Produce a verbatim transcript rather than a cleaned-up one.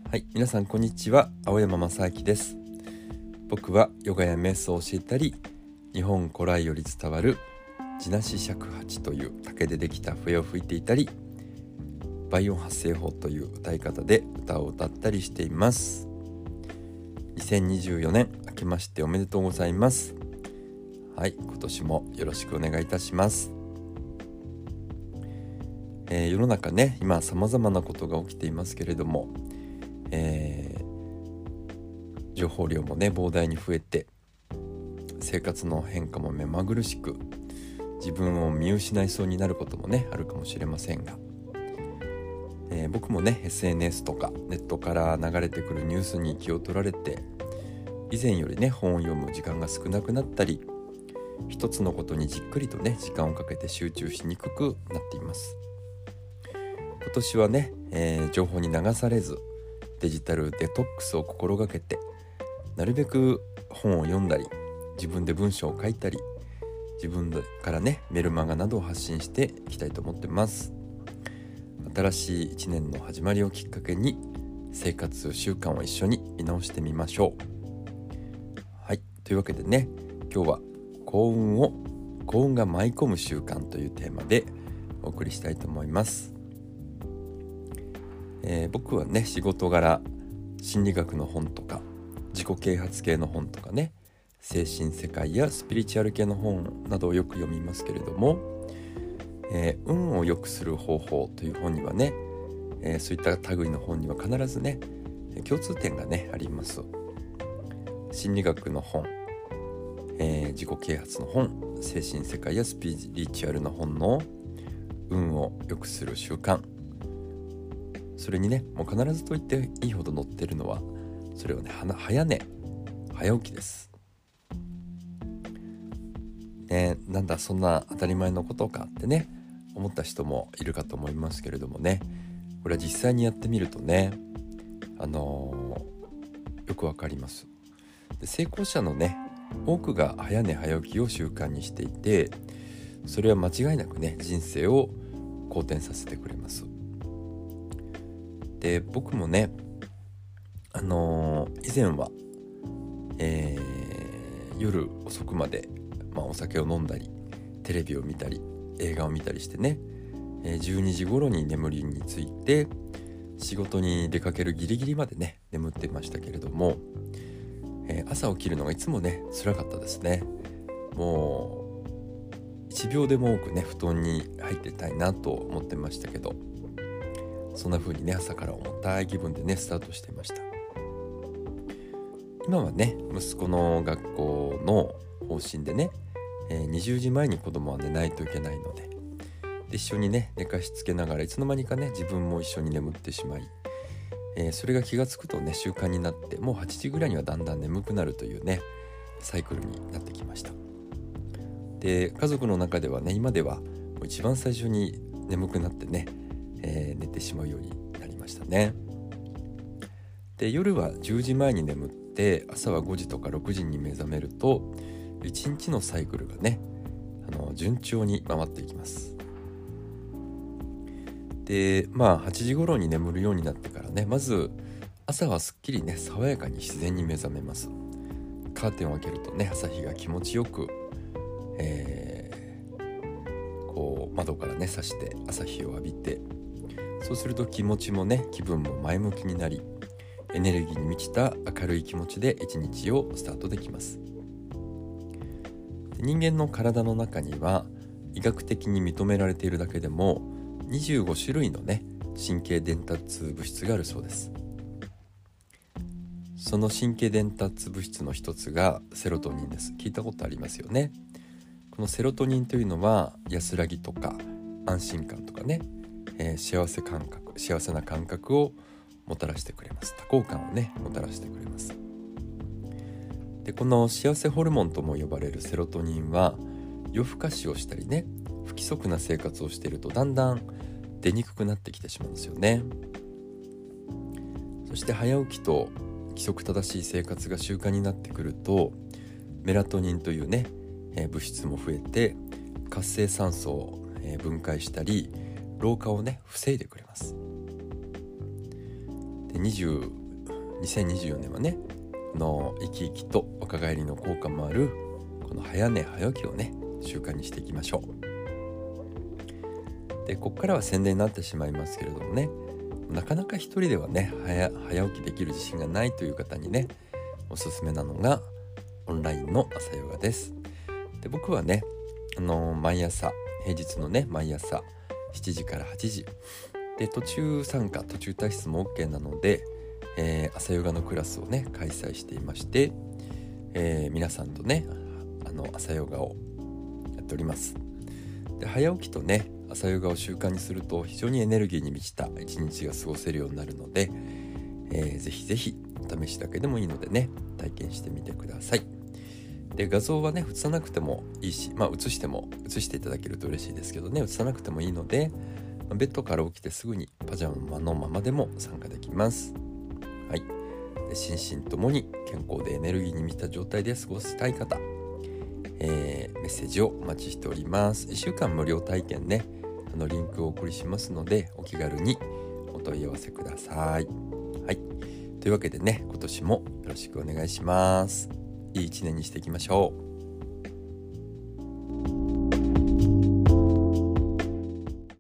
はい、皆さんこんにちは。青山正明です。僕はヨガや瞑想を教えたり、日本古来より伝わる地なし尺八という竹でできた笛を吹いていたり、倍音発声法という歌い方で歌を歌ったりしています。にせんにじゅうよねん明けましておめでとうございます。はい、今年もよろしくお願いいたします。えー、世の中ね、今様々なことが起きていますけれども、えー、情報量もね膨大に増えて、生活の変化も目まぐるしく、自分を見失いそうになることもねあるかもしれませんが、えー、僕もね エスエヌエス とかネットから流れてくるニュースに気を取られて、以前よりね本を読む時間が少なくなったり、一つのことにじっくりとね時間をかけて集中しにくくなっています。今年はね、えー、情報に流されず、デジタルデトックスを心がけて、なるべく本を読んだり、自分で文章を書いたり、自分からねメルマガなどを発信していきたいと思ってます。新しいいちねんの始まりをきっかけに、生活習慣を一緒に見直してみましょう。はい、というわけでね、今日は幸運を幸運が舞い込む習慣というテーマでお送りしたいと思います。えー、僕はね仕事柄、心理学の本とか自己啓発系の本とかね、精神世界やスピリチュアル系の本などをよく読みますけれども、えー、運を良くする方法という本にはね、えー、そういった類の本には必ずね共通点がねあります。心理学の本、えー、自己啓発の本、精神世界やスピリチュアルの本の運を良くする習慣、それにねもう必ずと言っていいほど載ってるのは、それはね早寝早起きです、ね、なんだそんな当たり前のことかってね思った人もいるかと思いますけれどもね、これは実際にやってみるとね、あのー、よくわかります。で、成功者のね多くが早寝早起きを習慣にしていて、それは間違いなくね人生を好転させてくれます。で、僕もねあのー、以前は、えー、夜遅くまで、まあ、お酒を飲んだり、テレビを見たり、映画を見たりしてね、えー、じゅうにじ頃に眠りについて、仕事に出かけるギリギリまでね眠っていましたけれども、えー、朝起きるのがいつもね辛かったですね。もういちびょうでも多くね布団に入ってたいなと思ってましたけど、そんな風にね朝から重たい気分でねスタートしていました。今はね息子の学校の方針でね、えー、にじゅうじまえに子供は寝ないといけないので、で一緒にね寝かしつけながら、いつの間にかね自分も一緒に眠ってしまい、えー、それが気がつくとね習慣になって、もうはちじぐらいにはだんだん眠くなるというねサイクルになってきました。で、家族の中ではね今ではもう一番最初に眠くなってね、えー、寝てしまうようになりましたね。で、夜はじゅうじまえに眠って、朝はごじとかろくじに目覚めると、いちにちのサイクルがねあの順調に回っていきます。で、まあはちじ頃に眠るようになってからね、まず朝はすっきりね爽やかに自然に目覚めます。カーテンを開けるとね朝日が気持ちよく、えー、こう窓からね差して朝日を浴びて、そうすると気持ちもね気分も前向きになり、エネルギーに満ちた明るい気持ちで一日をスタートできます。人間の体の中には医学的に認められているだけでもにじゅうごしゅるいのね神経伝達物質があるそうです。その神経伝達物質の一つがセロトニンです。聞いたことありますよね。このセロトニンというのは安らぎとか安心感とかね、えー、幸せ感覚幸せな感覚をもたらしてくれます。多幸感をねもたらしてくれます。で、この幸せホルモンとも呼ばれるセロトニンは、夜更かしをしたりね不規則な生活をしているとだんだん出にくくなってきてしまうんですよね。そして早起きと規則正しい生活が習慣になってくると、メラトニンというね、えー、物質も増えて、活性酸素を、えー、分解したり老化をね防いでくれます。で、にじゅうにせんにじゅうよねんはねこの生き生きと若返りの効果もあるこの早寝早起きをね習慣にしていきましょう。でここからは宣伝になってしまいますけれどもね、なかなか一人ではね 早, 早起きできる自信がないという方にねおすすめなのがオンラインの朝ヨガです。で僕はねあの毎朝平日のね毎朝しちじからはちじで途中参加途中退出も OK なので、えー、朝ヨガのクラスをね開催していまして、えー、皆さんとねあの朝ヨガをやっております。で早起きとね朝ヨガを習慣にすると非常にエネルギーに満ちた一日が過ごせるようになるので、えー、ぜひぜひお試しだけでもいいのでね体験してみてください。で画像はね映さなくてもいいし、まあ映しても映していただけると嬉しいですけどね、映さなくてもいいのでベッドから起きてすぐにパジャマのままでも参加できます。はい。で心身ともに健康でエネルギーに満ちた状態で過ごしたい方、えー、メッセージをお待ちしております。いっしゅうかん無料体験ねあのリンクをお送りしますのでお気軽にお問い合わせください。はい。というわけでね今年もよろしくお願いします。いい一年にしていきましょう。